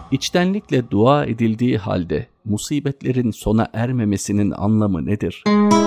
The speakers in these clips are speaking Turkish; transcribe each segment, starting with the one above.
İçtenlikle dua edildiği halde musibetlerin sona ermemesinin anlamı nedir?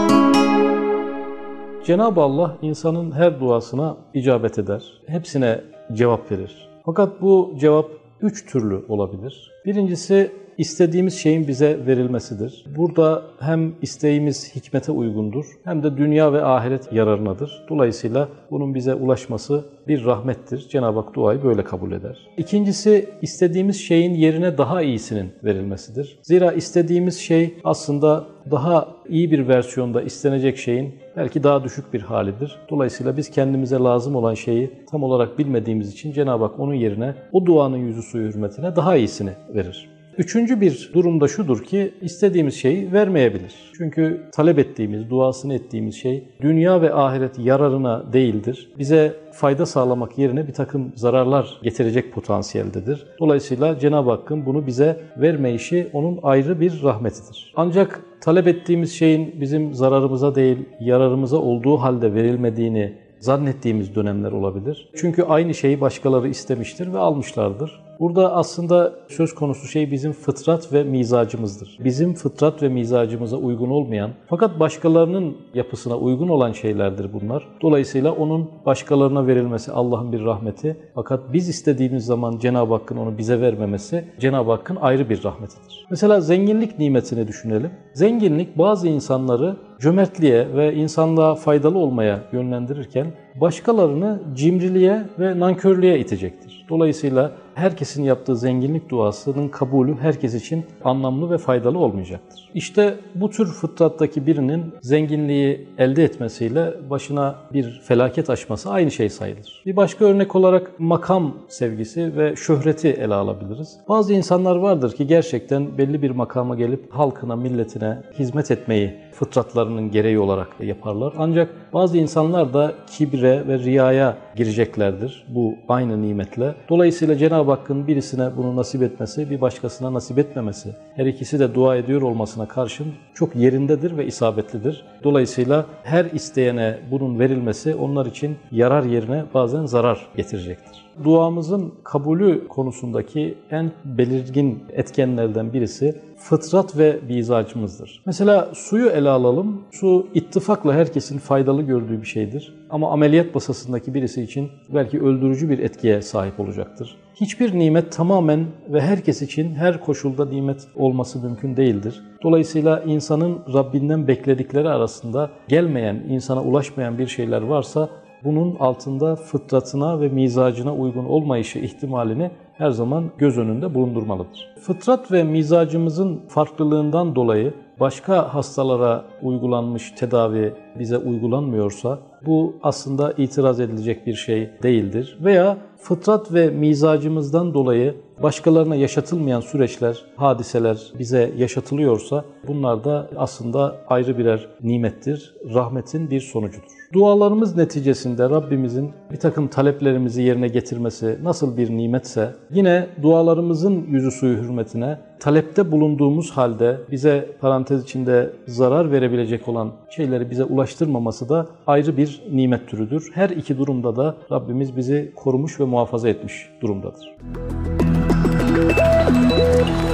Cenab-ı Allah insanın her duasına icabet eder. Hepsine cevap verir. Fakat bu cevap 3 türlü olabilir. Birincisi istediğimiz şeyin bize verilmesidir. Burada hem isteğimiz hikmete uygundur hem de dünya ve ahiret yararınadır. Dolayısıyla bunun bize ulaşması bir rahmettir. Cenab-ı Hak duayı böyle kabul eder. İkincisi istediğimiz şeyin yerine daha iyisinin verilmesidir. Zira istediğimiz şey aslında daha iyi bir versiyonda istenecek şeyin belki daha düşük bir halidir. Dolayısıyla biz kendimize lazım olan şeyi tam olarak bilmediğimiz için Cenab-ı Hak onun yerine o duanın yüzü suyu hürmetine daha iyisini verir. Üçüncü bir durumda şudur ki istediğimiz şeyi vermeyebilir. Çünkü talep ettiğimiz, duasını ettiğimiz şey dünya ve ahiret yararına değildir. Bize fayda sağlamak yerine bir takım zararlar getirecek potansiyeldedir. Dolayısıyla Cenab-ı Hakk'ın bunu bize vermeyişi onun ayrı bir rahmetidir. Ancak talep ettiğimiz şeyin bizim zararımıza değil, yararımıza olduğu halde verilmediğini zannettiğimiz dönemler olabilir. Çünkü aynı şeyi başkaları istemiştir ve almışlardır. Burada aslında söz konusu şey bizim fıtrat ve mizacımızdır. Bizim fıtrat ve mizacımıza uygun olmayan fakat başkalarının yapısına uygun olan şeylerdir bunlar. Dolayısıyla onun başkalarına verilmesi Allah'ın bir rahmeti. Fakat biz istediğimiz zaman Cenab-ı Hakk'ın onu bize vermemesi Cenab-ı Hakk'ın ayrı bir rahmetidir. Mesela zenginlik nimetini düşünelim. Zenginlik bazı insanları cömertliğe ve insanlığa faydalı olmaya yönlendirirken başkalarını cimriliğe ve nankörlüğe itecektir. Dolayısıyla herkesin yaptığı zenginlik duasının kabulü herkes için anlamlı ve faydalı olmayacaktır. İşte bu tür fıtrattaki birinin zenginliği elde etmesiyle başına bir felaket açması aynı şey sayılır. Bir başka örnek olarak makam sevgisi ve şöhreti ele alabiliriz. Bazı insanlar vardır ki gerçekten belli bir makama gelip halkına, milletine hizmet etmeyi fıtratlarının gereği olarak yaparlar. Ancak bazı insanlar da kibre ve riyaya gireceklerdir bu aynı nimetle. Dolayısıyla Cenab-ı Hakk'ın birisine bunu nasip etmesi, bir başkasına nasip etmemesi, her ikisi de dua ediyor olmasına karşın çok yerindedir ve isabetlidir. Dolayısıyla her isteyene bunun verilmesi onlar için yarar yerine bazen zarar getirecektir. Duamızın kabulü konusundaki en belirgin etkenlerden birisi fıtrat ve mizacımızdır. Mesela suyu ele alalım. Su ittifakla herkesin faydalı gördüğü bir şeydir. Ama ameliyat masasındaki birisi için belki öldürücü bir etkiye sahip olacaktır. Hiçbir nimet tamamen ve herkes için her koşulda nimet olması mümkün değildir. Dolayısıyla insanın Rabbinden bekledikleri arasında gelmeyen, insana ulaşmayan bir şeyler varsa bunun altında fıtratına ve mizacına uygun olmayışı ihtimalini her zaman göz önünde bulundurmalıdır. Fıtrat ve mizacımızın farklılığından dolayı başka hastalara uygulanmış tedavi bize uygulanmıyorsa bu aslında itiraz edilecek bir şey değildir. Veya fıtrat ve mizacımızdan dolayı başkalarına yaşatılmayan süreçler, hadiseler bize yaşatılıyorsa bunlar da aslında ayrı birer nimettir, rahmetin bir sonucudur. Dualarımız neticesinde Rabbimizin bir takım taleplerimizi yerine getirmesi nasıl bir nimetse, yine dualarımızın yüzü suyu hürmetine talepte bulunduğumuz halde bize parantez içinde zarar verebilecek olan şeyleri bize ulaştırmaması da ayrı bir nimet türüdür. Her iki durumda da Rabbimiz bizi korumuş ve muhafaza etmiş durumdadır.